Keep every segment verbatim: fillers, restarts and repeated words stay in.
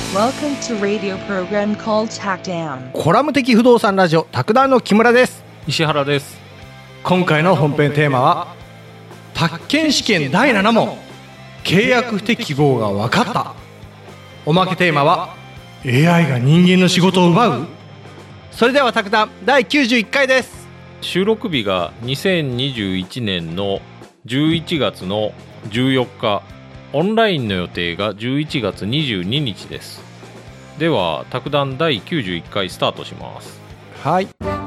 Welcome to radio program called Hackdown. コラム的不動産ラジオ卓談の木村です。 石原です。 今回の本編テーマは宅建試験だいなな問、契約不適合が分かった。おまけテーマは エーアイ が人間の仕事を奪う。それでは卓談だいきゅうじゅういっかいです。 収録日がにせんにじゅういちねんのじゅういちがつのじゅうよっか、オンラインの予定がじゅういちがつにじゅうににちです。では卓談だいきゅうじゅういっかいスタートします。 はい。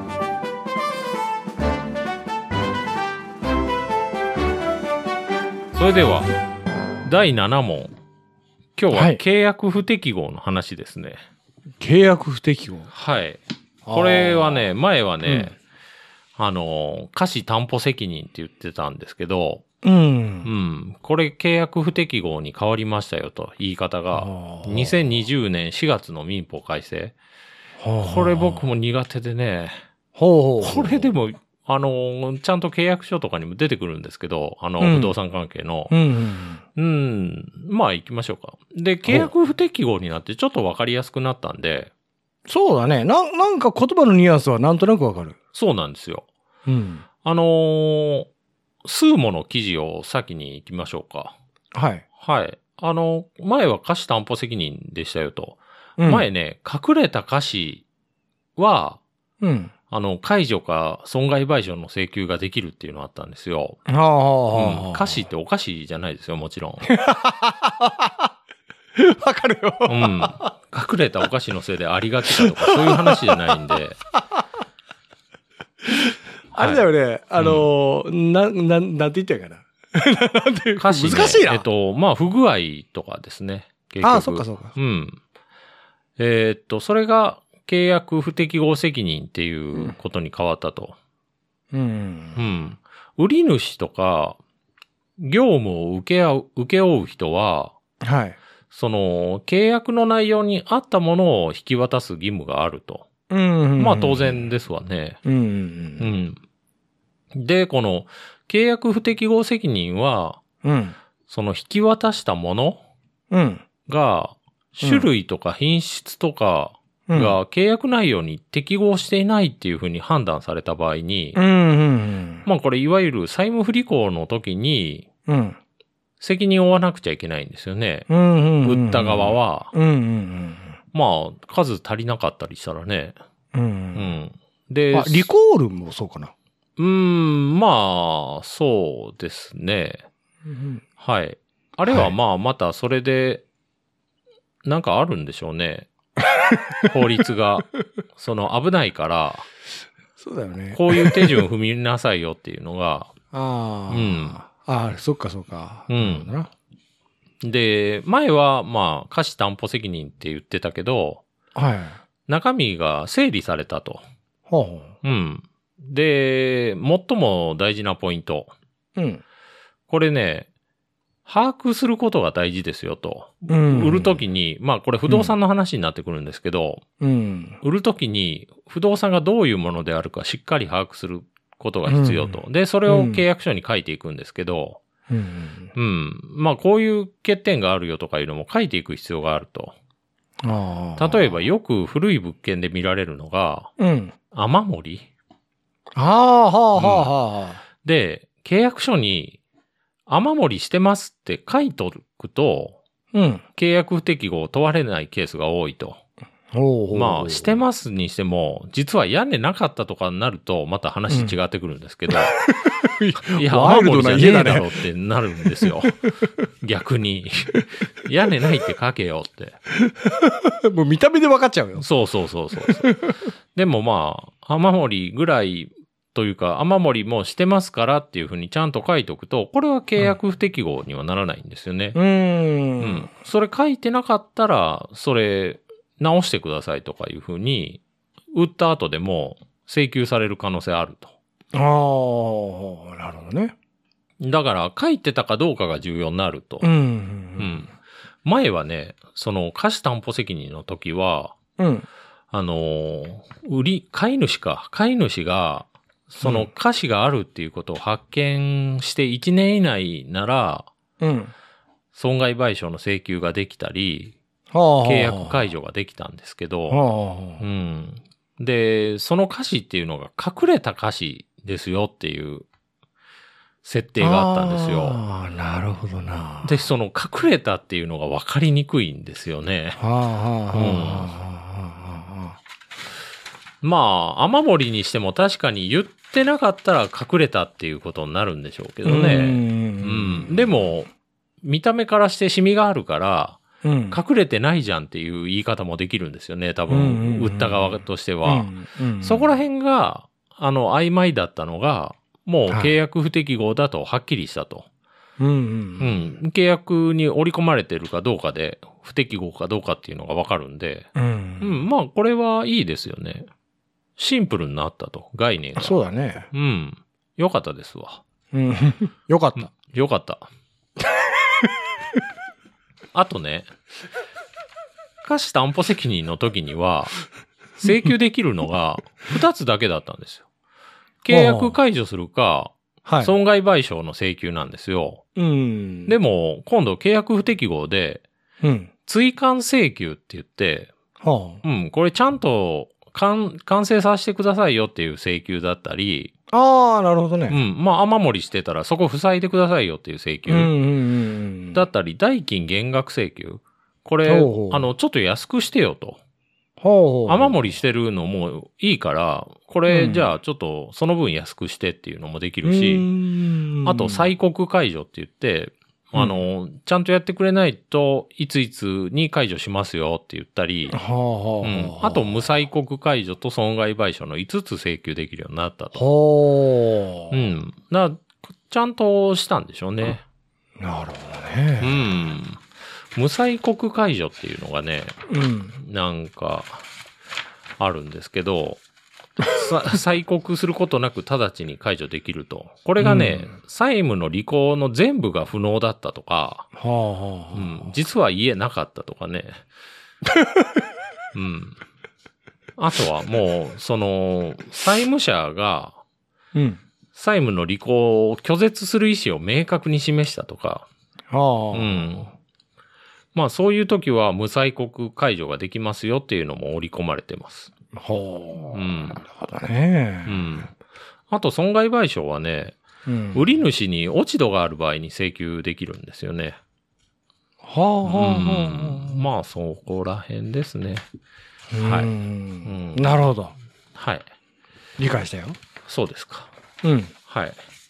それではだいなな問、今日ははい契約不適合の話ですね。 契約不適合。 はい。これはね、前はね、 うん、 あの瑕疵担保責任って言ってたんですけど、 うん、 うん、これ契約不適合に変わりましたよと言い方がにせんにじゅうねんしがつの民法改正。これ僕も苦手でね、 ほうほう、 これでもあのちゃんと契約書とかにも出てくるんですけど、あの、 うん、 不動産関係の、 うん、 うん、まあ行きましょうか。で、契約不適合になってちょっと分かりやすくなったんで、 そうだね。な、なんか言葉のニュアンスはなんとなくわかる。 そうなんですよ。 うん。 あのー、数もの記事を先に行きましょうか。 はい。 はい。あの、前は瑕疵担保責任でしたよと。 うん、 前ね、隠れた瑕疵は、 うん。 あの、解除か損害賠償の請求ができるっていうのがあったんですよ。 はあ、はあ、 うん。瑕疵ってお菓子じゃないですよ、もちろん。 わかるよ。 うん。隠れたお菓子のせいでありがちだとか、そういう話じゃないんで。 あれだよね、はい、あのー、うん、な、な、なんて言ったらいいかな。なんていうか、ね、難しいな。 えっと、まあ、不具合とかですね。結局。 ああ、そっかそっか。 うん。えー、っと、それが契約不適合責任っていうことに変わったと。 うん。うん。 うん。売り主とか、業務を受け合う、受け負う人は、 はい。 その、契約の内容に合ったものを引き渡す義務があると。 うん。 まあ当然ですわね。 うん。 うん。で、この、契約不適合責任は、 うん。 その引き渡したものうん。 が、種類とか品質とかが契約内容に適合していないっていうふうに判断された場合に、 うん。 まあこれいわゆる債務不履行の時に、 うん。 責任を負わなくちゃいけないんですよね。 うん。 売った側は。 うん。 まあ、数足りなかったりしたらね。 うん。 うん。で、 あ、リコールもそうかな。 うーん、まあ、そうですね。 うん、 はい。あれはまあ、またそれで、なんかあるんでしょうね。法律が。その危ないから、 そうだよね。 こういう手順踏みなさいよっていうのが。 ああ。うん。ああ、そっかそっか。 うん。で、前はまあ、瑕疵担保責任って言ってたけど、 はい。 中身が整理されたと。 ほうほう。うん。で、最も大事なポイント。 うん。 これね、把握することが大事ですよと。 うん。 売るときに、まあこれ不動産の話になってくるんですけど、 うん。 売るときに不動産がどういうものであるかしっかり把握することが必要と。うん、で、それを契約書に書いていくんですけど、うん。うん。まあこういう欠点があるよとかいうのも書いていく必要があると。 あ、 例えばよく古い物件で見られるのが、 うん。 雨漏り。 ああ、はあ、はあ、はあ。 で、契約書に雨漏りしてますって書いとくと、 うん。 契約不適合を問われないケースが多いと。 ほうほう。 まあ、してますにしても、実は屋根なかったとかになると、また話違ってくるんですけど、うん、いや、雨漏りじゃねえだろってなるんですよ。逆に。屋根ないって書けよって。 もう見た目で分かっちゃうよ。 そうそうそうそうそう。でもまあ、雨漏りぐらいというか、雨漏りもしてますからっていうふうにちゃんと書いておくと、これは契約不適合にはならないんですよね。 うん。 うん。それ書いてなかったら、それ直してくださいとかいうふうに、売った後でも請求される可能性あると。 ああ、なるほどね。 だから書いてたかどうかが重要になると。 うん。うんうん前はね、その瑕疵担保責任の時は、 うん。 あの、売り、買い主か、買い主が、その瑕疵があるっていうことを発見していちねん以内なら、 うん。 損害賠償の請求ができたり、 契約解除ができたんですけど、 はうん。で、その歌詞っていうのが隠れた歌詞ですよっていう設定があったんですよ。 ああ、なるほどな。 で、その隠れたっていうのが分かりにくいんですよね。 はあはあはあはあはあ。 まあ、雨漏りにしても確かに言ってなかったら隠れたっていうことになるんでしょうけどね。 うんうん。でも、見た目からしてシミがあるから、 うん、 隠れてないじゃんっていう言い方もできるんですよね、多うんうんうん分、売った側としては。 うんうんうん、 そこら辺が、あの、曖昧だったのが、もう契約不適合だとはっきりしたと。 うんうんうん。契約に織り込まれてるかどうかで、不適合かどうかっていうのがわかるんで、 うんうん、まあ、これはいいですよね。シンプルになったと、概念が。 そうだね。 うん。よかったですわ。 うん。よかった。 よかった。あとね、瑕疵担保責任の時には、請求できるのが二つだけだったんですよ。契約解除するか、 はい、 損害賠償の請求なんですよ。 うん、 でも、今度契約不適合で、 うん、 追加請求って言って、 はあ、うん、これちゃんと完完成させてくださいよっていう請求だったり、 ああ、なるほどね。 うん、まあ、雨漏りしてたらそこ塞いでくださいよっていう請求。 うんうんうん、 だったり、代金減額請求。これ、 ほうほう、 あの、ちょっと安くしてよと。 ほうほう、 雨漏りしてるのもいいから、これ、じゃあちょっとその分安くしてっていうのもできるし、あと、催告解除って言って、あの、ちゃんとやってくれないといついつに解除しますよって言ったり、 はあはあ、 うん、あと、無催告解除と損害賠償のいつつ請求できるようになったと。 ほう。 うん。だちゃんとしたんでしょうね。 なるほどね。 うん。無催告解除っていうのがね、 うん、 なんか、あるんですけど、催告することなく直ちに解除できると。これがね、うん、債務の履行の全部が不能だったとか、 はあはあ、 うん、実は家なかったとかね。うん。あとはもう、その、債務者が、債務の履行を拒絶する意思を明確に示したとか、 はあ、 うん。まあそういう時は無催告解除ができますよっていうのも織り込まれてます。 ほう。 うん。 なるほどね。 うん。あと損害賠償はね、うん、売り主に落ち度がある場合に請求できるんですよね。 はあはあはあ、 うん、まあそこら辺ですね。はい、うん。 なるほど。 はい。 理解したよ。 そうですか。 うん。 はい。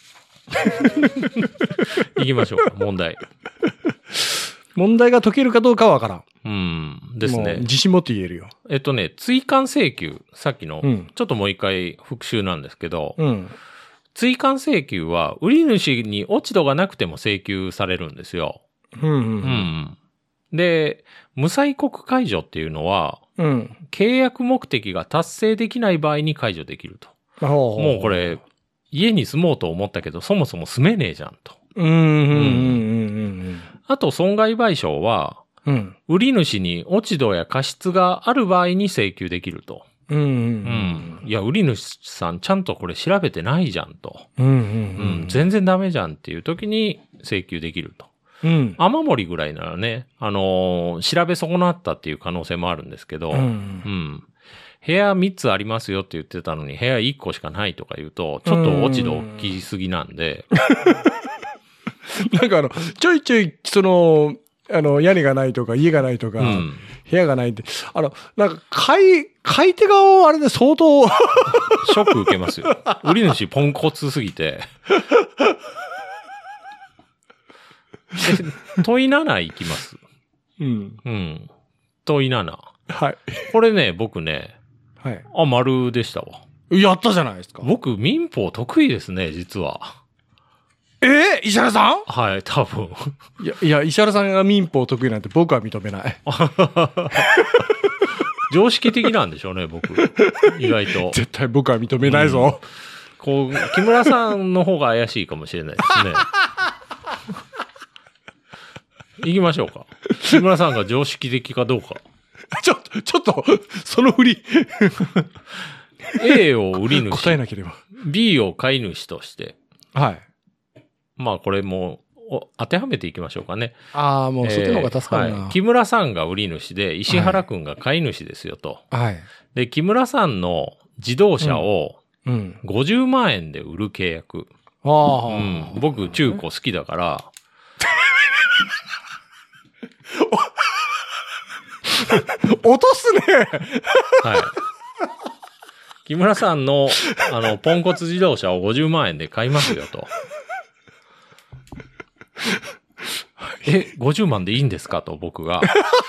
行きましょうか、問題。 問題が解けるかどうかはわからん。 うん。ですね。 自信持って言えるよ。 えっとね、追加請求。さっきの、 うん、 ちょっともう一回復習なんですけど、 うん、 追加請求は、売り主に落ち度がなくても請求されるんですよ。 うんうんうん、で、無催告解除っていうのは、 うん、 契約目的が達成できない場合に解除できると。もうこれ、家に住もうと思ったけど、そもそも住めねえじゃんと。 うんうんうんうんうん、 あと、損害賠償は、 うん、 売り主に落ち度や過失がある場合に請求できると。 うんうんうんうん、いや、売り主さんちゃんとこれ調べてないじゃんと。 うんうんうんうん、全然ダメじゃんっていう時に請求できると。 うん、 雨漏りぐらいならね、あのー、調べ損なったっていう可能性もあるんですけど、 うん、 うん、部屋みっつありますよって言ってたのに部屋いっこしかないとか言うと、ちょっと落ち度大きすぎなんで。 なんかあの、ちょいちょい、その、あの、屋根がないとか、家がないとか、うん、部屋がないって、あの、なんか、買い、買い手側をあれで相当、 ショック受けますよ。売り主ポンコツすぎて。問いなないきます。 うん。 うん。問いなな。 はい。 これね、僕ね、 はい。 あ、丸でしたわ。 やったじゃないですか。 僕、民法得意ですね、実は。 えー、石原さん？ はい、多分。 いや、いや、石原さんが民法得意なんて僕は認めない。 常識的なんでしょうね、僕。意外と。 絶対僕は認めないぞ。 うん、こう、木村さんの方が怪しいかもしれないですね。行きましょうか。木村さんが常識的かどうか。 ちょっと、ちょっと、その振り。 A を売り主。 答えなければ。 B を買い主として。 はい。 まあこれもお当てはめていきましょうかね。 ああ、もうそっちの方が助かるな。 えーはい、木村さんが売り主で、石原くんが買い主ですよと。 はい。 で、木村さんの自動車をうん。 ごじゅうまんえんで売る契約。 ああ、 うん。僕、中古好きだから。 落とすね。 はい。木村さんの、あの、ポンコツ自動車をごじゅうまんえんで買いますよと。え、ごじゅうまんでいいんですかと、僕が。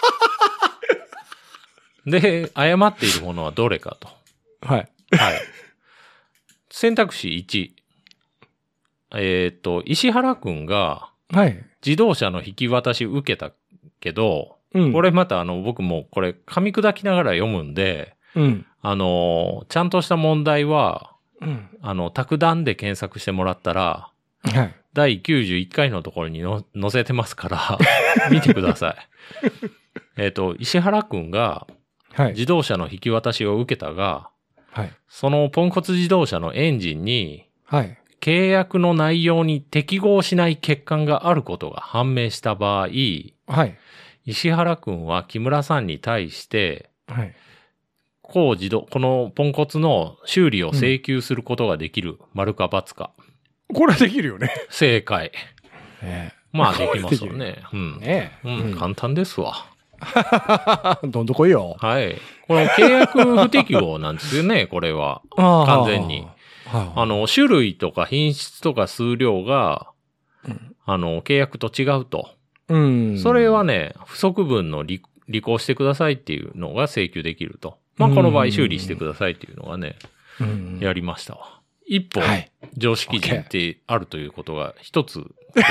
で、誤っているものはどれかと。 はい。 はい。選択肢いち。えっと、石原くんが、 はい。 自動車の引き渡し受けたけど、 うん。 これまたあの、僕もこれ噛み砕きながら読むんで、 うん。 あの、ちゃんとした問題は、 うん。 あの、卓談で検索してもらったら、 はい。 だいきゅうじゅういっかいのところにの載せてますから、見てください。えっと、石原くんが、 はい。 自動車の引き渡しを受けたが、 はい。 そのポンコツ自動車のエンジンに、 はい。 契約の内容に適合しない欠陥があることが判明した場合、 はい。 石原くんは木村さんに対して、 はい。 こう自動、このポンコツの修理を請求することができる、丸か×か。 これはできるよね。 正解。 ねまあできますよね。うん。 ねうん、 うん簡単ですわ。 どんどこいよ。 はい。この契約不適合なんですよね、これは。完全に。 ああの、種類とか品質とか数量が、 うんあの、契約と違うと。 うん。 それはね、不足分の履履行してくださいっていうのが請求できると。まあ、この場合修理してくださいっていうのがね、 うん、 やりましたわ。一歩、 はい、 常識人ってあるということが一つ。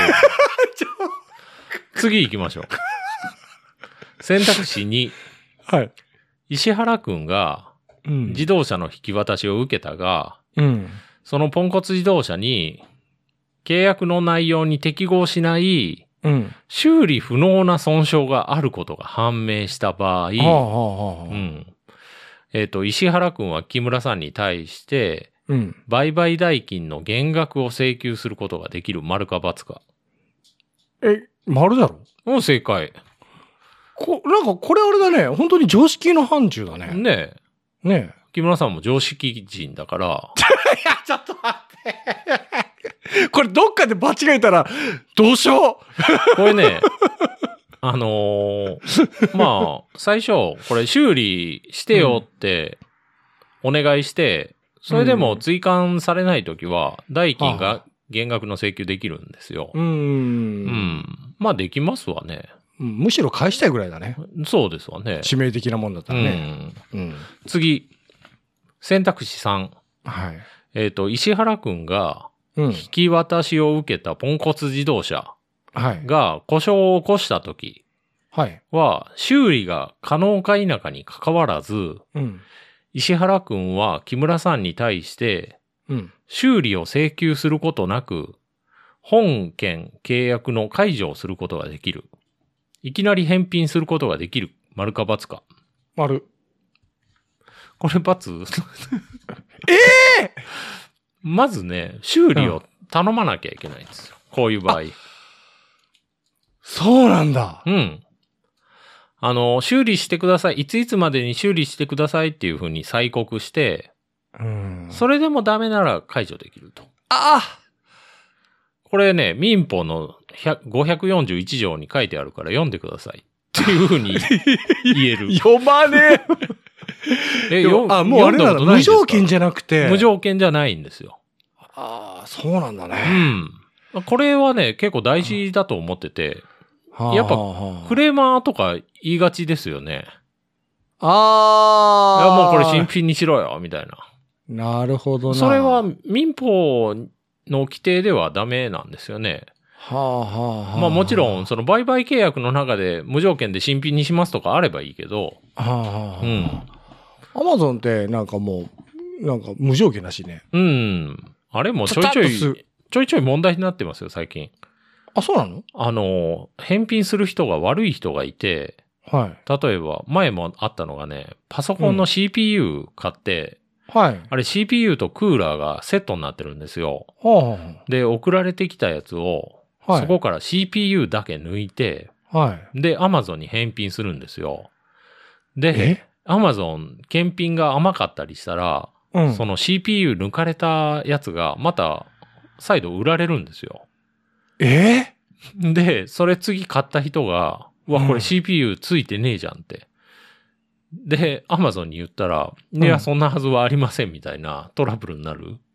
次行きましょう。選択肢に、 はい。 石原くんがうん自動車の引き渡しを受けたが、 うん、 そのポンコツ自動車に契約の内容に適合しないうん、 修理不能な損傷があることが判明した場合、 はあはあはあ、 うん。えっと、石原くんは木村さんに対して、 うん、 売買代金の減額を請求することができる丸か×か。 え、丸だろ？ もう正解。 こ、なんかこれあれだね。本当に常識の範疇だね。 ねえ。ねえ。 木村さんも常識人だから。 いや、ちょっと待って。これどっかで間違えたら、どうしよう。 これね、あのー、まあ、最初、これ修理してよってお願いして、それでも追加されないときは、代金が減額の請求できるんですよ。 うーん。 うん。まあ、できますわね。 むしろ返したいぐらいだね。 そうですわね。 致命的なもんだったらね。うん。うん、 次、選択肢さん。 はい。 えっと、石原くんが、 うん、 引き渡しを受けたポンコツ自動車はい。 が故障を起こしたときはい。 は、修理が可能か否かに関わらず、 うん。 石原くんは木村さんに対して、 うん。 修理を請求することなく、本件契約の解除をすることができる。いきなり返品することができる。丸か×か。 丸。 これ×？ ええー、 まずね、修理を頼まなきゃいけないんですよ。こういう場合。 そうなんだ。 うん。あの、修理してください。いついつまでに修理してくださいっていうふうに催告して、 うん。 それでもダメなら解除できると。 ああこれね、民法のごひゃくよんじゅういち条に書いてあるから読んでください。っていうふうに言える。 読まねえ。 え、よ、 あ、もうあれなんだ。無条件じゃなくて。 無条件じゃないんですよ。 ああ、そうなんだね。 うん。これはね、結構大事だと思ってて、やっぱ、クレーマーとか言いがちですよね。 ああ。 いや、もうこれ新品にしろよ、みたいな。 なるほどな。 それは民法の規定ではダメなんですよね。 はあはあはあ。 まあもちろん、その売買契約の中で無条件で新品にしますとかあればいいけど。 はあはあ。 うん。 アマゾンってなんかもう、なんか無条件らしいね。 うん。あれもちょいちょい、ちょいちょい問題になってますよ、最近。 あ、そうなの？ あの、返品する人が悪い人がいて、 はい。 例えば、前もあったのがね、パソコンの シーピーユー 買って、 うん、はい。 あれ シーピーユー とクーラーがセットになってるんですよ。 はあはあ、 で、送られてきたやつを、 はい。 そこから シーピーユー だけ抜いて、 はで、Amazon に返品するんですよ。 い。 で、 え Amazon 検品が甘かったりしたら、 うん。 その シーピーユー 抜かれたやつがまた再度売られるんですよ。 えで、それ次買った人が、うわ、これうんシーピーユー ついてねえじゃんって。で、Amazon に言ったら、 うんいや、そんなはずはありませんみたいなトラブルになる。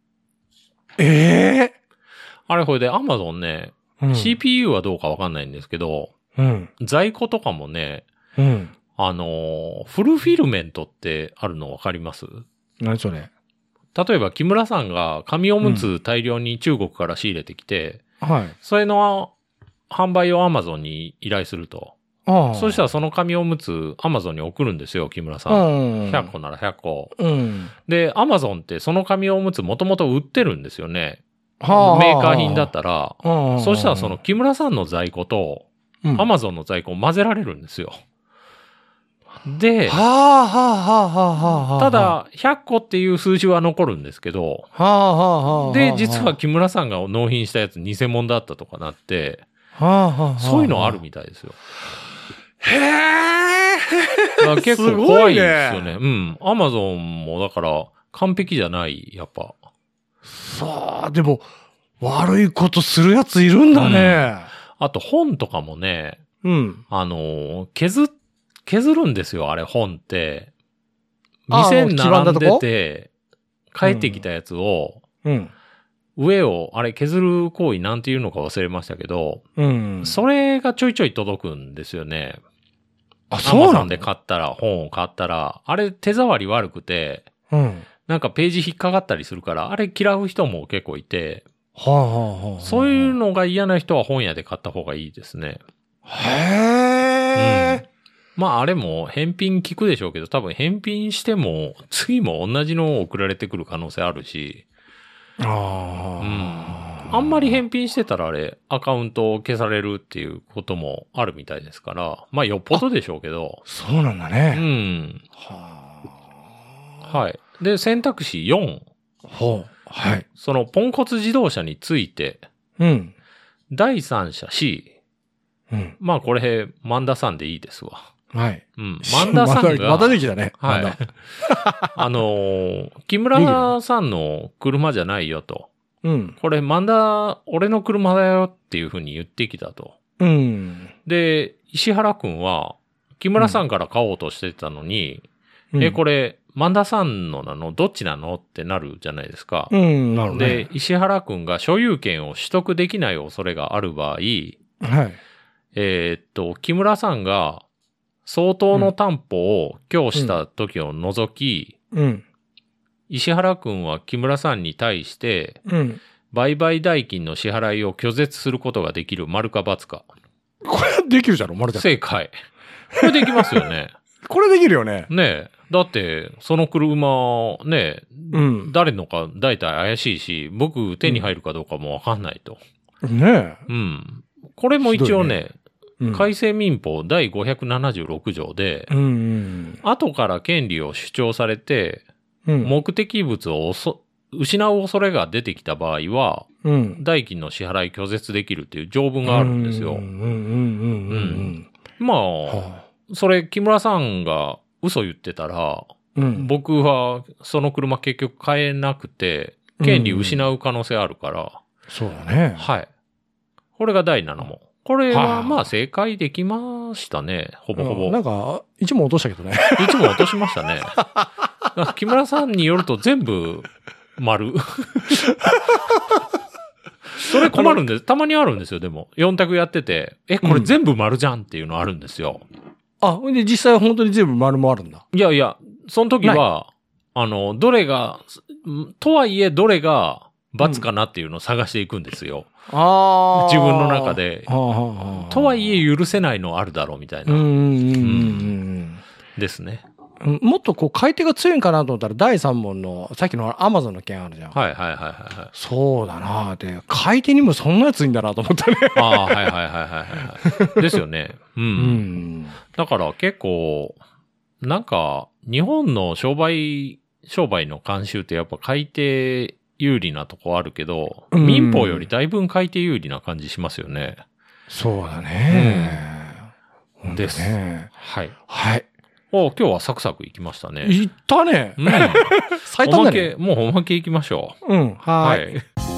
えあれ、これで Amazon ね、 ー、うん、 シーピーユー はどうかわかんないんですけど、 うん。 在庫とかもね、 うん。 あのーフルフィルメントってあるのわかります？ 何それ？ 例えば、木村さんが紙おむつ大量に中国から仕入れてきて、 はい。 それの販売を Amazon に依頼すると。 ああ。 そしたらその紙おむつ Amazon に送るんですよ、木村さん。 うん。 ひゃっこならひゃっこ。 うん。 で、Amazon ってその紙おむつもともと売ってるんですよね。 はあ、 メーカー品だったら。 うん。 そしたらその木村さんの在庫とうん、 Amazon の在庫を混ぜられるんですよ。で、 はあ、はあ、はあ、はあ、はあ。 ただ、ひゃっこっていう数字は残るんですけど、 はあ、はあ、はあ。 で、実は木村さんが納品したやつ偽物だったとかなって、 はあ、はあ、 そういうのあるみたいですよ。 へえ。 だから結構怖いですよね。うん。アマゾンもだから完璧じゃない、やっぱ。 さあ、でも、悪いことするやついるんだね。 あと本とかもね、 うん。 あの、削、削るんですよ、あれ本って。 あ店に並んであて、帰ってきたやつを、 うん。 上を、あれ削る行為なんていうのか忘れましたけど、 うん。 それがちょいちょい届くんですよね。 あ、 アそうマゾンでなんだ。 買ったら、本を買ったら、あれ手触り悪くて、 うん。 なんかページ引っかかったりするから、あれ嫌う人も結構いて、 はあ、はあ、はあ。 そういうのが嫌な人は本屋で買った方がいいですね。 へえ。 まああれも返品聞くでしょうけど、多分返品しても、次も同じのを送られてくる可能性あるし、 あうん。 あ。 あんまり返品してたらあれ、アカウントを消されるっていうこともあるみたいですから、まあよっぽどでしょうけど。 そうなんだうね。 ん。 ははい。で、選択肢よん。 あ。ほう。はい。 そのポンコツ自動車について、 うん。 第三者 C。 うん。 まあこれ、マンダさんでいいですわ。 はい。 うん。マンダさんが、 またできたね。 はいまだ。 あのー木村さんの車じゃないよと。 うん。 これ、マンダ、俺の車だよっていうふうに言ってきたと。 うん。 で、石原くんは、木村さんから買おうとしてたのに、え、これ。 れ、マンダさんのなのどっちなのってなるじゃないですか。 うん、なるほどね。 で、石原くんが所有権を取得できない恐れがある場合、 はい。 えーっと、木村さんが相当の担保を供した時を除き、 うん。 石原くんは木村さんに対して、 うん。 売買代金の支払いを拒絶することができる丸か×か。 これできるじゃろ、まるで。 正解。これできますよね。 これできるよね。 ねえ。だって、その車、ねえ、 うん。 誰のか大体怪しいし、僕手に入るかどうかもわかんないと。 ねうん。これも一応ね、 え。うん。 改正民法第ごひゃくななじゅうろく条で、 うんうん後から権利を主張されて、 うん。 目的物をおそ失う恐れが出てきた場合は、 うん。 代金の支払い拒絶できるっていう条文があるんですよ。 うんうんうんうんうんまあ、 うん。はそれ木村さんが嘘言ってたら、 あ。うん。 僕はその車結局買えなくて、権利失う可能性あるから、 そうだね。 はい。これがだいなな問。これはあはまあ正解できましたね。ほぼほぼ。 うんなんか、一問落としたけどね。 一問落としましたね。だから木村さんによると全部丸。それ困るんです。たまにあるんですよ、でも。よん択やってて、え、これ全部丸じゃんっていうのあるんですよ。 あ、ほんで実際本当に全部丸もあるんだ。 いやいや、その時は、あの、どれが、とはいえどれが×かなっていうのを探していくんですよ。 ああ。 自分の中で。 はあはあはあとはいえ許せないのあるだろうみたいな。 うんうんうんうんですね。 うん。もっとこう買い手が強いんかなと思ったらだいさん問のさっきのアマゾンの件あるじゃん。 はいはいはいはいはい。 そうだなで買い手にもそんなやついいんだなと思ったね。 ああ、はいはいはいはいはい。ですよね。うん。 うん。 だから結構、なんか、日本の商売、商売の慣習ってやっぱ買い手有利なとこあるけど、 うん、 民法よりだいぶ買い手有利な感じしますよね。 そうだね。 うん、です。 ね、 はい。 はい。 お、今日はサクサクいきましたね。 いったね。 うん。 最短だね。 おまけ、もうおまけいきましょう。うん。はい。はい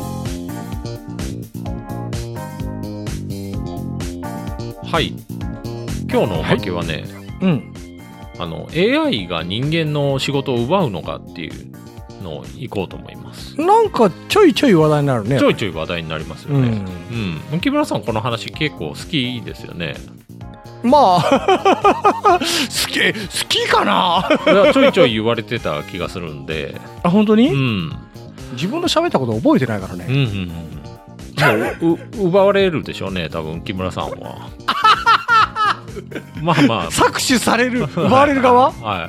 はい。今日のおまけはね、 はい、うん。 あの、エーアイ が人間の仕事を奪うのかっていうのをいこうと思います。 なんかちょいちょい話題になるね。 ちょいちょい話題になりますよね。うん。うん。木村さんこの話結構好きですよね。 まあ、好き、好きかな。 いやちょいちょい言われてた気がするんで。 あ、本当に？ うん。 自分の喋ったこと覚えてないからね。 うんうんうん。もう奪われるでしょうね、多分木村さんは。まあまあ搾取される、奪われる側。 はい。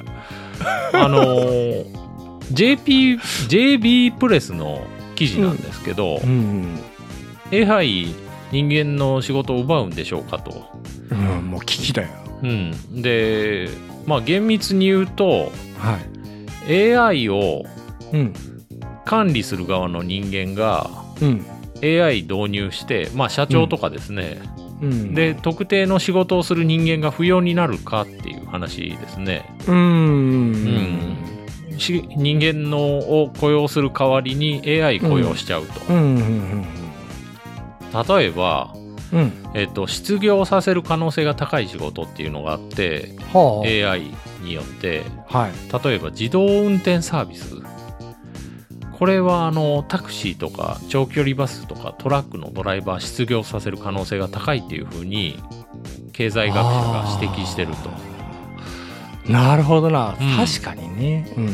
あのー、ジェーピー ジェービー プレスの記事なんですけど、うんうん、エーアイ 人間の仕事を奪うんでしょうかと。 うん、もう危機だよ。 うん。で、まあ厳密に言うと、 はい、 エーアイ を管理する側の人間が、うん、エーアイ 導入して、まあ社長とかですね。うん、で特定の仕事をする人間が不要になるかっていう話ですね。 うーん、うんうん、し人間のを雇用する代わりに エーアイ 雇用しちゃうと。うんうんうんうん、例えば、うんえーと、失業させる可能性が高い仕事っていうのがあって、はあ、エーアイ によって、はい、例えば自動運転サービス。これはあのタクシーとか長距離バスとかトラックのドライバー失業させる可能性が高いっていうふうに経済学者が指摘してると。 なるほどな、うん、確かにね、うん、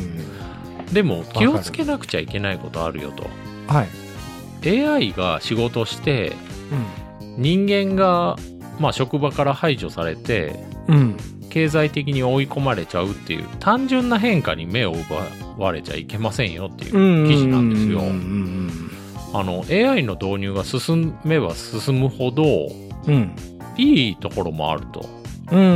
でも気をつけなくちゃいけないことあるよと。 はい、 エーアイ が仕事して、うん、人間が、まあ、職場から排除されて、うん、経済的に追い込まれちゃうっていう単純な変化に目を奪われちゃいけませんよっていう記事なんですよ。あの エーアイ の導入が進めば進むほど、うん、いいところもあると。うんうんうん、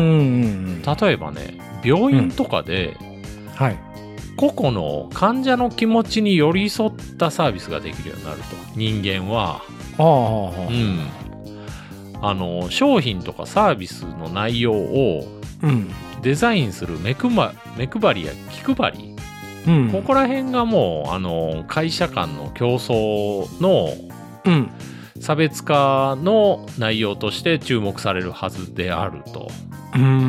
例えばね、病院とかで、うんはい、個々の患者の気持ちに寄り添ったサービスができるようになると。人間は、あ、うん、あの商品とかサービスの内容をうん、デザインする目くま、目配りや気配り、うん、ここら辺がもうあの会社間の競争の差別化の内容として注目されるはずであると。うーん、うん、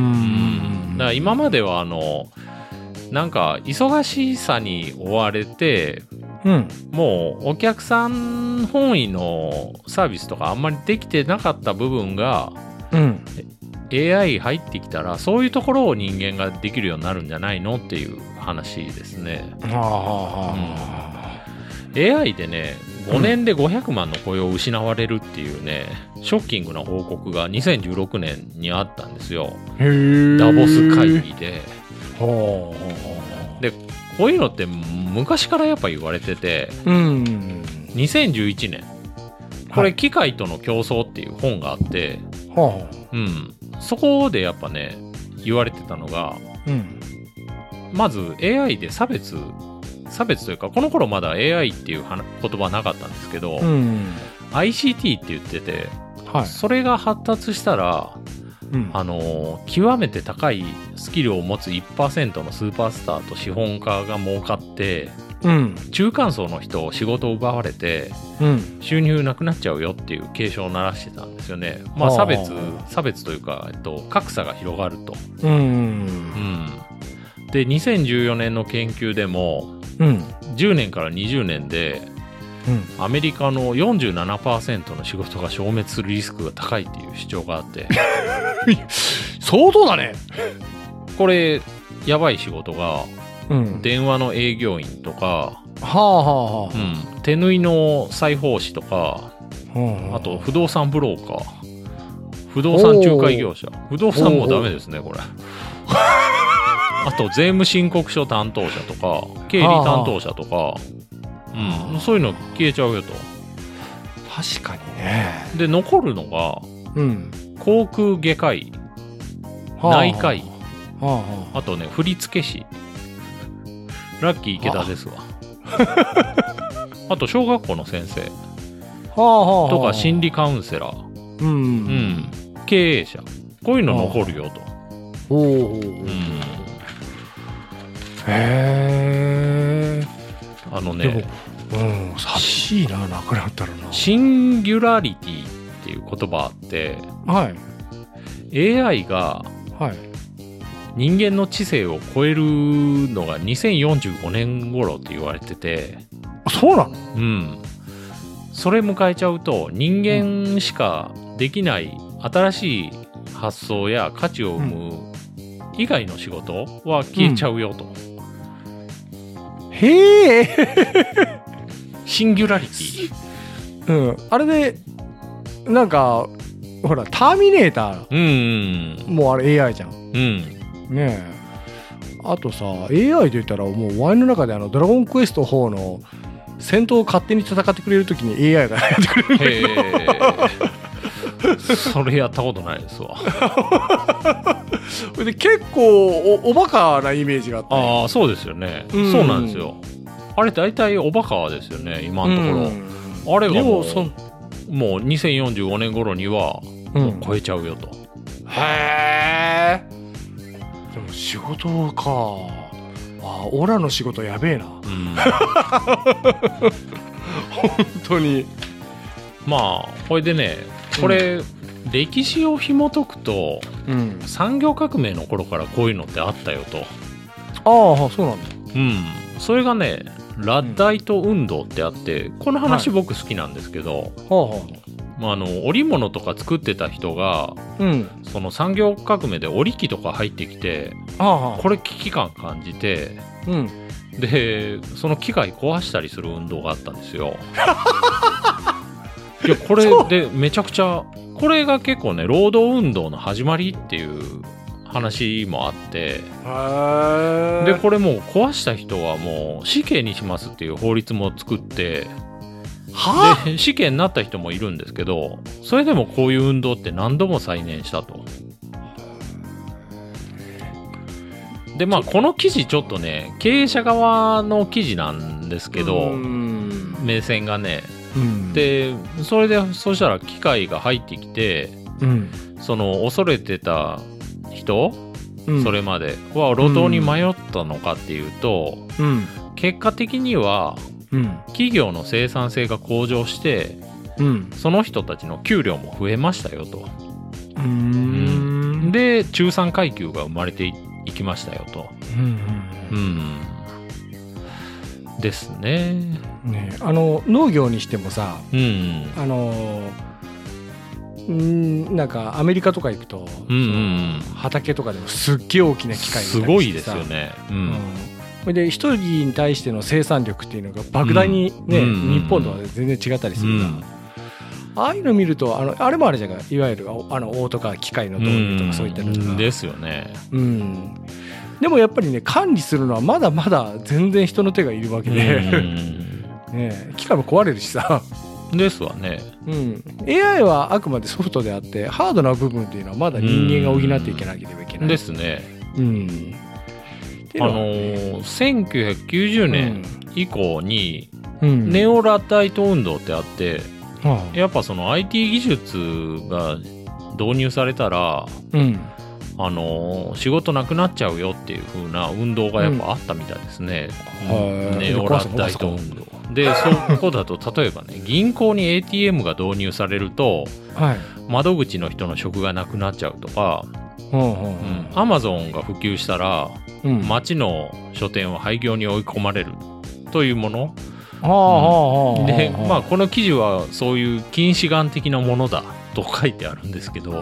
だから今まではあのなんか忙しさに追われて、うん、もうお客さん本位のサービスとかあんまりできてなかった部分が、うんエーアイ 入ってきたらそういうところを人間ができるようになるんじゃないのっていう話ですね。あ、うん、エーアイ でねごねんでごひゃくまんの雇用を失われるっていうね、うん、ショッキングな報告がにせんじゅうろくねんにあったんですよ。へダボス会議で。はでこういうのって昔からやっぱ言われてて、うん、にせんじゅういちねんこれ機械との競争っていう本があって、はあ、うん、そこでやっぱね言われてたのが、うん、まず エーアイ で差別差別というかこの頃まだ エーアイ っていう言葉なかったんですけど、うん、アイシーティー って言ってて、はい、それが発達したら、うん、あの極めて高いスキルを持つ いちパーセント のスーパースターと資本家が儲かって、うん、中間層の人を仕事を奪われて、うん、収入なくなっちゃうよっていう警鐘を鳴らしてたんですよね。まあ差別差別というか、えっと、格差が広がると、うんうん、でにせんじゅうよねんの研究でも、うん、じゅうねんからにじゅうねんで、うん、アメリカの よんじゅうななパーセント の仕事が消滅するリスクが高いっていう主張があって相当だね。 これやばい仕事がうん、電話の営業員とか、はあはあはあうん、手縫いの裁縫師とか、はあはあ、あと不動産ブローカー、不動産仲介業者、不動産もダメですねこれあと税務申告書担当者とか経理担当者とか、はあうん、そういうの消えちゃうよと。 確かにね。 で残るのが、うん、航空外科医、はあ、内科医、はあはあ、あとね振付師、ラッキー池田ですわあと小学校の先生はあはあはあとか心理カウンセラー、 うん、 うん、経営者、こういうの残るよと。 おお、うん、へえ。 あのね、 でも、うん、寂しいな、なくなったらな。 シンギュラリティっていう言葉あって、 はい、 エーアイ が人間の知性を超えるのがにせんよんじゅうごねん頃って言われてて。 そうなの？ うん。それ迎えちゃうと人間しかできない新しい発想や価値を生む以外の仕事は消えちゃうよと。 うん、へえ。 シンギュラリティ。 うん。あれでなんかほらターミネーター。 うん。 もうあれ エーアイ じゃん。うん。ねえ。あとさ エーアイ で言ったらもうワインの中であのドラゴンクエストフォーの戦闘を勝手に戦ってくれるときに エーアイ がやってくれるんだけどそれやったことないですわで結構 お, おバカなイメージがあって、 ああそうですよね、うん、そうなんですよ。あれ大体おバカですよね今のところ、うん、あれがもうそもうにせんよんじゅうごねん頃にはもう超えちゃうよと、うん、 へえ。でも仕事かあ、オラの仕事やべえな、うん、本当に。 まあこれでねこれ、うん、歴史を紐解くと、うん、産業革命の頃からこういうのってあったよと。 ああそうなんだ。 うん。それがねラッダイト運動ってあって、うん、この話僕好きなんですけど、はいまあ、あの織物とか作ってた人が、うん、その産業革命で織機とか入ってきて、はあ、これ危機感感じて、うん、でその機械壊したりする運動があったんですよいやこれでめちゃくちゃこれが結構ね労働運動の始まりっていう話もあって、でこれもう壊した人はもう死刑にしますっていう法律も作って、はで死刑になった人もいるんですけど、それでもこういう運動って何度も再燃したと。でまあこの記事ちょっとね経営者側の記事なんですけど目線がね、うん、でそれでそしたら機械が入ってきて、うん、その恐れてた人、うん、それまでは路頭に迷ったのかっていうと、うん、結果的には、うん、企業の生産性が向上して、うん、その人たちの給料も増えましたよと。うーん、うん、で中産階級が生まれていきましたよと、うんうんうん、ですね。 ね、あの農業にしてもさ、うん、あのんなんかアメリカとか行くと、うんうん、畑とかでもすっげえ大きな機械がすごいですよね。うんうん、で一人に対しての生産力っていうのが莫大にね、うんうんうん、日本とは全然違ったりするから、うん、ああいうの見るとあのあれもあるじゃんか、いわゆるあのオートカー機械の導入とかそういったのとか、 うん、ですよね。 うん、でもやっぱりね管理するのはまだまだ全然人の手がいるわけで、うんね、機械も壊れるしさですわね、 うん、エーアイ はあくまでソフトであってハードな部分っていうのはまだ人間が補っていけなければいけないですね。うん、あのー、せんきゅうひゃくきゅうじゅうねん以降にネオラッダイト運動ってあって、うん、やっぱその アイティー 技術が導入されたら、うん、あのー、仕事なくなっちゃうよっていう風な運動がやっぱあったみたいですね、うん、ネオラッダイト運動で、そこだと例えばね銀行に エーティーエム が導入されると、はい、窓口の人の職がなくなっちゃうとか、アマゾンが普及したら、うん、町の書店は廃業に追い込まれるというもの、うん、で、まあ、この記事はそういう近視眼的なものだと書いてあるんですけど、まあ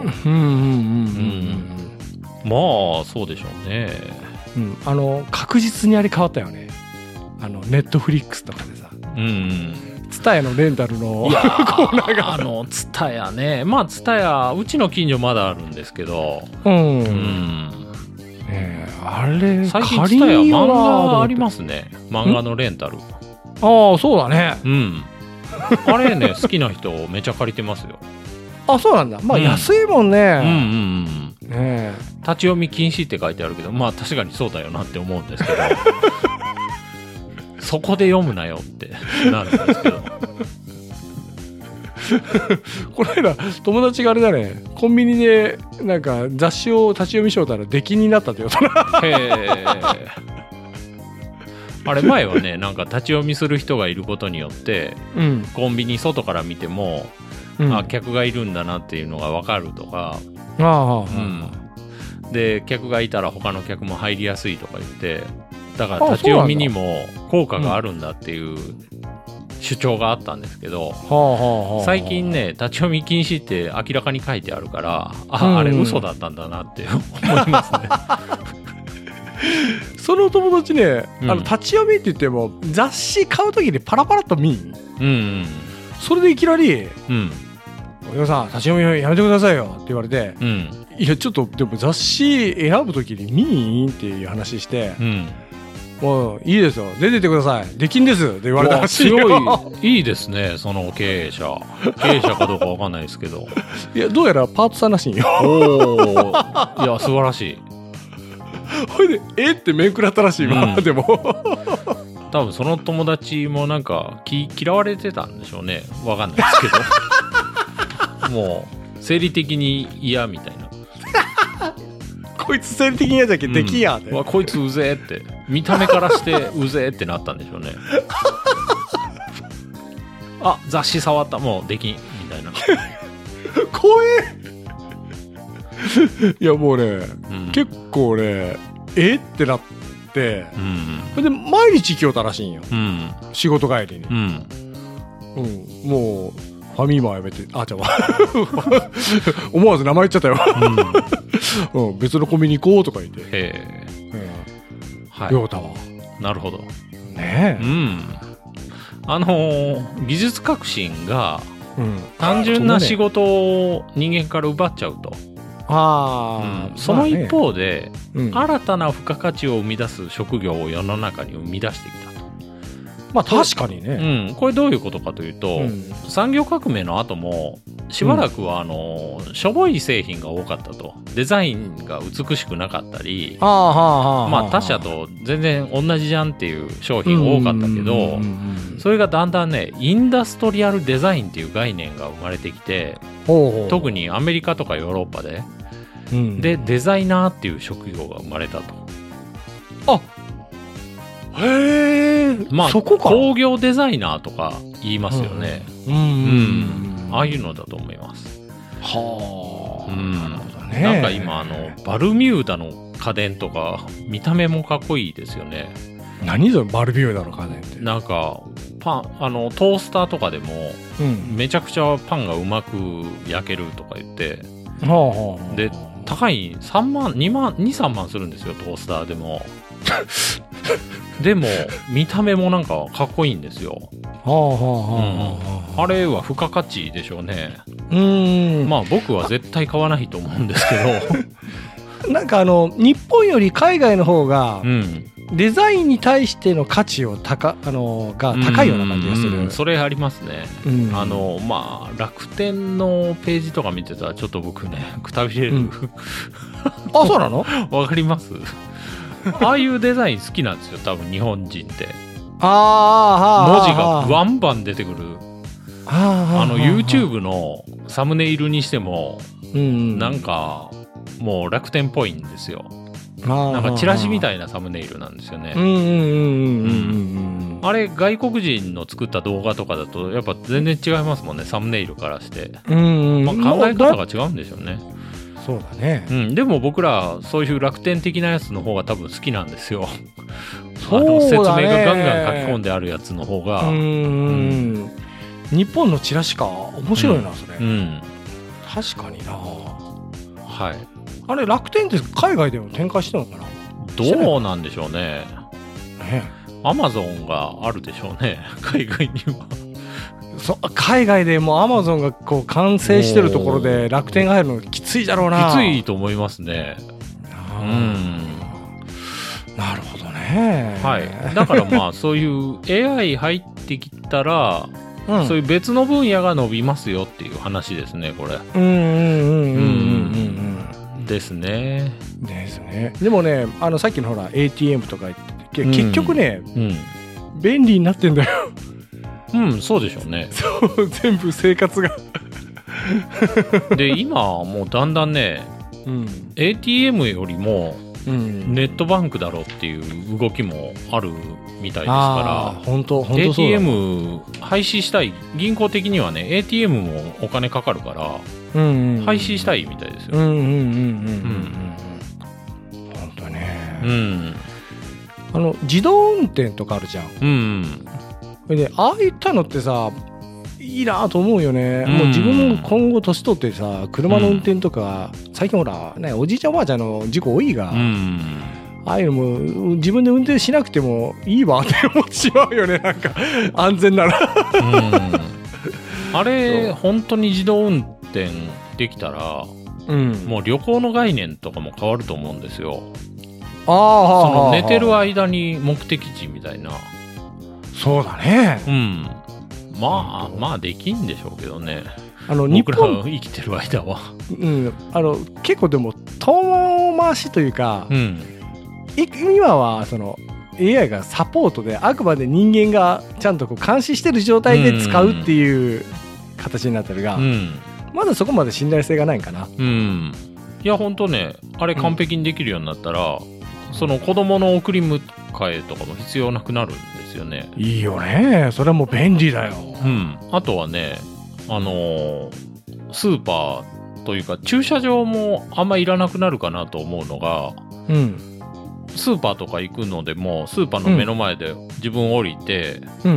そうでしょうね、 うん、あの確実にあれ変わったよね。あのネットフリックスとかでさ、ツタヤのレンタルのコーナーがあのツタヤね、まあツタヤうちの近所まだあるんですけど、うん、うん、 ね、あれ最近ツタヤ漫画ありますね。漫画のレンタル。 ああそうだね。 うん。あれね好きな人めちゃ借りてますよ。あそうなんだ。まあ、うん、安いもんね。うんうんうん。ね、立ち読み禁止って書いてあるけど、まあ確かにそうだよなって思うんですけど。 そこで読むなよってなるんですけどこの間友達があれだね、コンビニでなんか雑誌を立ち読みしようたら出禁になったって言うたな。 へえ。あれ前はね、なんか立ち読みする人がいることによって、うん、コンビニ外から見ても、うん、あ客がいるんだなっていうのが分かるとか、ああ、うん、で客がいたら他の客も入りやすいとか言って、だから立ち読みにも効果があるんだっていう主張があったんですけど、うん、最近ね立ち読み禁止って明らかに書いてあるから、あ、うん、あれ嘘だったんだなって思いますね。 その友達ね、うん、あの立ち読みって言っても雑誌買うときにパラパラっと見ん、うんうん、それでいきなり、うん、お父さん立ち読みやめてくださいよって言われて、うん、いやちょっとでも雑誌選ぶときに見んっていう話して、うん、もういいですよ出てってください出禁ですって言われたらしいよ。 強いいいですねその経営者経営者かどうかわかんないですけどいやどうやらパートさんらしいよ。 おーいや素晴らしい。 ほいでえって面食らったらしいわ、うん、でも多分その友達もなんかき嫌われてたんでしょうね、わかんないですけどもう生理的に嫌みたいなこいつ生理的に嫌じゃけできやって、 うん、こいつうぜーって見た目からしてうぜーってなったんでしょうねあ雑誌触ったもうできんみたいな怖えいやもうね、うん、結構ねえってなって、うん、で毎日行きよったらしいんよ、うん、仕事帰りに、うんうん、もうファミマやめてあちゃうわ思わず名前言っちゃったよ、うんうん、別のコンビニ行こうとか言ってへえ、うんはい、ようたわなるほどねえ、うん、 あのー、技術革新が、うん、単純な仕事を人間から奪っちゃうと、あうん、その一方で、まあねうん、新たな付加価値を生み出す職業を世の中に生み出してきたと。 まあ確かにね、 うん、これどういうことかというと、うん、産業革命の後もしばらくはあの、うん、しょぼい製品が多かったと。デザインが美しくなかったり、まあ他社と全然同じじゃんっていう商品多かったけど、それがだんだんねインダストリアルデザインっていう概念が生まれてきて、ほうほう特にアメリカとかヨーロッパで、うん、でデザイナーっていう職業が生まれたと。 あへえ、 まあそこか工業デザイナーとか言いますよね。うん、うんうん、ああいうのだと思います。はあ、うん、なるほどね。なんか今あのバルミューダの家電とか見た目もかっこいいですよね。 何それバルミューダの家電って。 なんかパンあのトースターとかでも、うん、めちゃくちゃパンがうまく焼けるとか言って、はあはあ、で高いさんまんにまんにさんまんするんですよトースターでも。でも見た目もなんかかっこいいんですよ。はあはあはあ、うん、あれは付加価値でしょうね。うーんまあ僕は絶対買わないと思うんですけどなんかあの日本より海外の方が、うん、デザインに対しての価値を高あのが高いような感じがする、 うんうん、それありますね、うん、あのまあ楽天のページとか見てたらちょっと僕ねくたびれる、うん、 あそうなのわかりますああいうデザイン好きなんですよ多分日本人って。 あ文字がバンバン出てくる。あの YouTube のサムネイルにしても、うん、なんかもう楽天っぽいんですよ。なんかチラシみたいなサムネイルなんですよね。あれ外国人の作った動画とかだとやっぱ全然違いますもんね考えからして。うんまあ、考え方が違うんでしょうね。 そうだね、 うん、でも僕らそういう楽天的なやつの方が多分好きなんですよ。あの説明がガンガン書き込んであるやつの方が。うんうん日本のチラシか面白いな、うん、それ、うん、確かにな。はいあれ楽天って海外でも展開してるのかな。 どうなんでしょうね。アマゾンがあるでしょうね海外には。 そ海外でもアマゾンがこう完成してるところで楽天が入るのきついだろうな。 きついと思いますね。うんなるほどね。 はいだからまあそういう エーアイ 入ってきたら、うん、そういう別の分野が伸びますよっていう話ですねこれ。うんうんうんうんうんうんですね。 ですね。でもねあのさっきのほら エーティーエム とか言ってて結局ね、うんうん便利になってんだよ。 うん、そうでしょうね。 そう全部生活がで今はもうだんだんね、うん、エーティーエム よりもネットバンクだろうっていう動きもあるみたいですから、 本当本当そうだ。 エーティーエム 廃止したい、銀行的にはね エーティーエム もお金かかるから、うんうん、廃止したいみたいですよ。うんうんうんうんうん。 本当ね。 うん。 あの自動運転とかあるじゃん。うん、うん。でああいったのってさいいなと思うよね、うん、もう自分も今後年取ってさ車の運転とか、うん、最近ほら、ね、おじいちゃんおばあちゃんの事故多いが、うん、ああいうのも自分で運転しなくてもいいわって思ってしまうよね。なんか安全なら、うん、あれ本当に自動運転できたら、うん、もう旅行の概念とかも変わると思うんですよ。あその寝てる間に目的地みたいな。 そうだね。 うん。まあまあできんでしょうけどね。 あの僕らが生きてる間は。 うん。あの結構でも遠回しというか、うん、今はその エーアイ がサポートであくまで人間がちゃんとこう監視してる状態で使うっていう形になってるが、うん、まだそこまで信頼性がないんかな。 うん。いや本当ね、あれ完璧にできるようになったら、うん、その子供の送り迎えとかも必要なくなるんですよね。 いいよね。それはもう便利だよ。 うん。あとはね、あのー、スーパーというか駐車場もあんまいらなくなるかなと思うのが、うん、スーパーとか行くのでもスーパーの目の前で自分降りて、うん、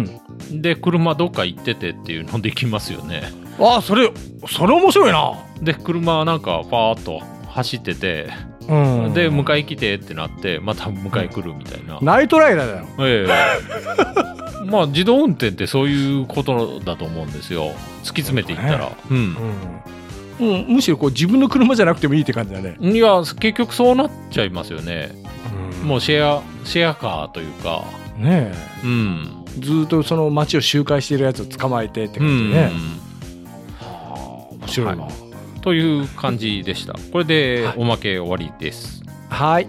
で車どっか行っててっていうのできますよね。 ああ、それそれ面白いな。 で車なんかパーッと走ってて、うん、で迎え来てってなってまた迎え来るみたいな、 ナイトライダーだよ。 ええまあ自動運転ってそういうことだと思うんですよ。突き詰めていったら、ね、うん、 うんうん、むしろこう自分の車じゃなくてもいいって感じだね。 いや結局そうなっちゃいますよね、うん、もうシェアシェアカーというかねえ、うん、ずっとその街を周回しているやつを捕まえてって感じでね、うん、はあ面白いな、はい、 という感じでした。これでおまけ終わりです。 はい。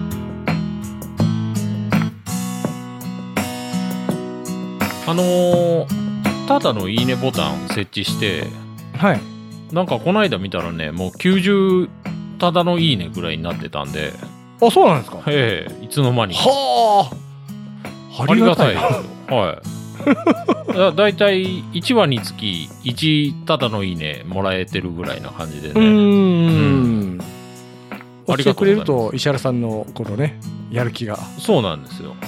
あのー、ただのいいねボタン設置して、はい。なんかこの間見たらね、もうきゅうじゅうただのいいねぐらいになってたんで。 あ、そうなんですか。 ええ、いつの間に。 はあ。ありがたいですよ。はい。だ, だいたいいちわにつきいちただのいいねもらえてるぐらいな感じでね。うーん。 うん、ありがとうございます。押してくれると石原さんのこのねやる気が。 そうなんですよ。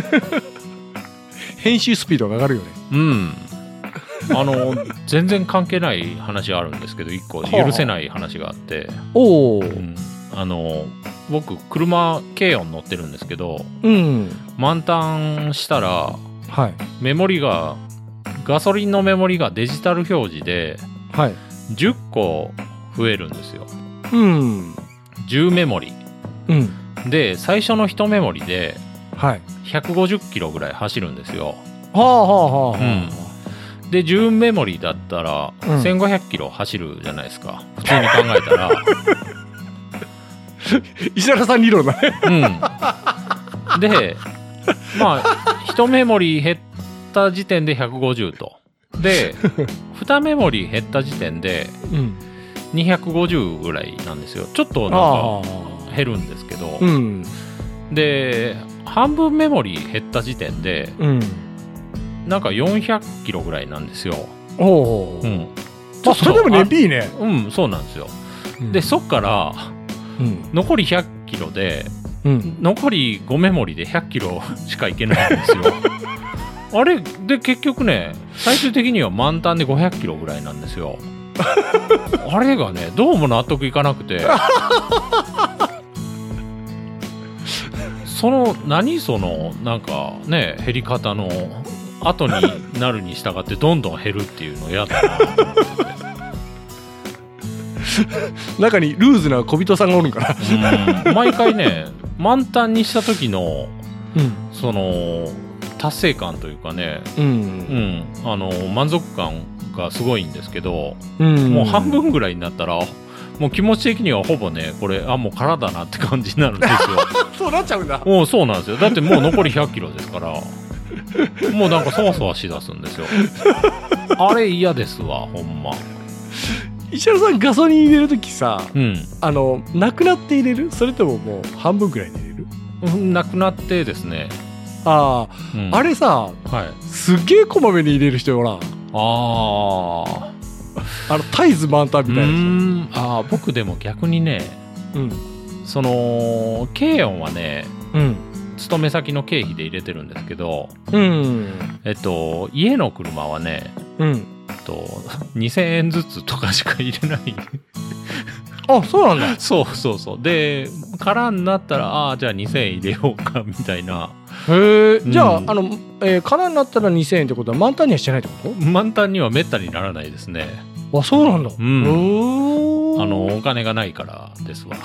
編集スピードが上がるよね。 うん。あの全然関係ない話があるんですけど、一個許せない話があって。はあ、おお、うん。あの僕車軽音乗ってるんですけど、うん、満タンしたら、はい、メモリがガソリンのメモリがデジタル表示で、はい、じゅっこ増えるんですよ。うん。じゅうメモリ。うん。で最初のいちメモリで。はい、ひゃくごじゅっキロぐらい走るんですよ。はあはあはあ、うん、でじゅうメモリだったらせんごひゃくキロ走るじゃないですか、うん、普通に考えたら石原さん理論だね。 うん、でまあいちメモリ減った時点でひゃくごじゅうとでにメモリ減った時点でにひゃくごじゅうぐらいなんですよ。ちょっとなんか減るんですけど、うん、で半分メモリ減った時点で、うん、なんかよんひゃくキロぐらいなんですよ。おお、うん、 まあそれでも燃費いいね。 うん、そうなんですよ。うん、でそっから、うん、残りひゃくキロで、うん、残りごメモリでひゃくキロしかいけないんですよ。あれで結局ね、最終的には満タンでごひゃくキロぐらいなんですよ。あれがね、どうも納得いかなくて。その何そのなんかね減り方の後になるに従ってどんどん減るっていうのをやだなと思ってて。 中にルーズな小人さんがおるんかな。うん、毎回ね満タンにした時の、うん、その達成感というかね、うんうん、あの満足感がすごいんですけど、うん、もう半分ぐらいになったらもう気持ち的にはほぼねこれあもう空だなって感じになるんですよ。 そうなっちゃうんだ。 もうそうなんですよ。だってもう残りひゃくキロですから。 もうなんかそわそわしだすんですよ。あれ嫌ですわ、ほんま。 石原さんガソリン入れるときさ、 うん、 あのなくなって入れる？それとももう半分くらいで入れる？ うん、なくなってですね。 ああ、うん、あれさ、はい、すっげえこまめに入れる人よらん。ああ、あの絶えず満タンみたいな。うーん、 あ、僕でも逆にね、うん、その軽音はね、うん、勤め先の経費で入れてるんですけど、うん、えっと家の車はね、うん、とにせんえんずつとかしか入れない。 あ、そうなんだ。 そうそうそう。で空になったら、ああじゃあにせんえん入れようかみたいな。 へえ、うん、じゃああの、えー、空になったらにせんえんってことは満タンにはしてないってこと？ 満タンにはめったにならないですね。 あ、そうなんだ。 うん。あのお金がないからですわ。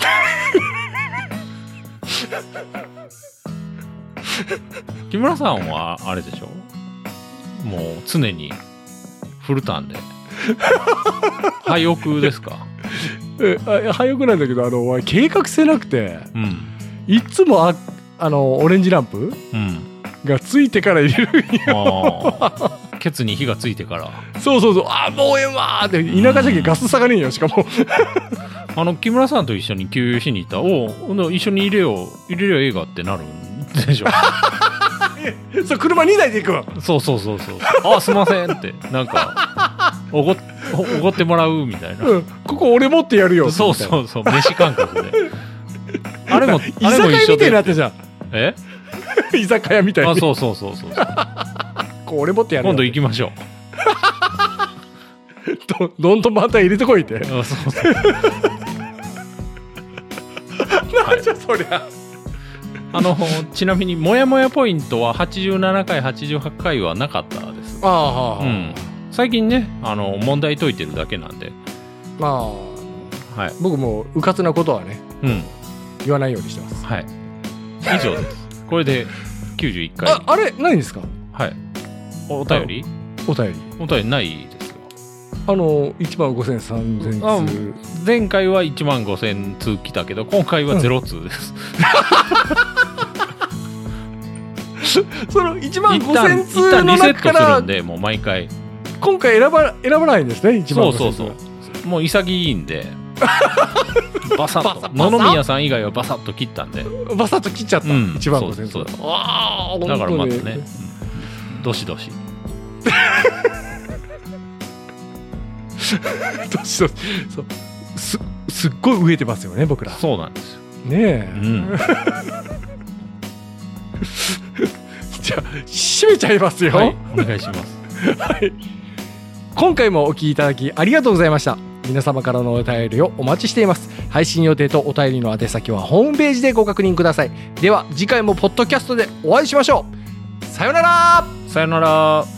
木村さんはあれでしょ、もう常にフルターンで廃屋ですか？ え、あ、廃屋なんだけど、あの計画性なくて、うん、いつもああのオレンジランプ、うん、がついてから入れるんよ。 ケツに火がついてから。 そうそうそう、あ、もうええわーって。田舎じゃけガス下がねえよ、しかも。 あの木村さんと一緒に給油しに行ったら、お一緒に入れよう入れりゃ映画ってなるんでしょ。 そう、車にだいで行くわ。 そうそうそうそう。あ、すいませんってなんかおごおごってもらうみたいな、うん、 ここ俺持ってやるよ。 そうそうそう、飯感覚で。あれも居酒屋みたいになってじゃん。 え居酒屋みたいに。 あ、そうそうそうそう。 こう俺持ってやるよ。 今度行きましょう。 ど, どんどんまた入れてこいって。あ、そうそう。なんじゃそりゃ。 あのちなみにもやもやポイントははちじゅうななかいはちじゅうはちかいはなかったです。ああ、うん、最近ね、あの問題解いてるだけなんで。 まあ、はい、僕もううかつなことはね、うん、言わないようにしてます。 はい、以上です。これできゅうじゅういっかい。 あ、あれないんですか？ はい。お便り？ お便り。 お便りないですよ。 あのいちまんごせんさんぜんつう。 前回はいちまんごせんつう来たけど、今回はゼロつうです。 うん、そのいちまんごせんつうの中から一旦リセットするんで、もう毎回今回選ば選ばないんですね。いちまんごせんつう。そうそうそう。 もう潔いんで。バサッと野々宮さん以外はバサッと切ったんで。 バサッと切っちゃった。うん、いちまんごせんつう。 そうそう。ああ、だからまたね、うん、どしどし。 どしどし。そう。すすっごい飢えてますよね、僕ら。 そうなんですよ。 ねえ。うん、じゃあ締めちゃいますよ。 はい、お願いします。 はい。今回もお聞きいただきありがとうございました。皆様からのお便りをお待ちしています。配信予定とお便りの宛先はホームページでご確認ください。では次回もポッドキャストでお会いしましょう。さよなら。 さよなら。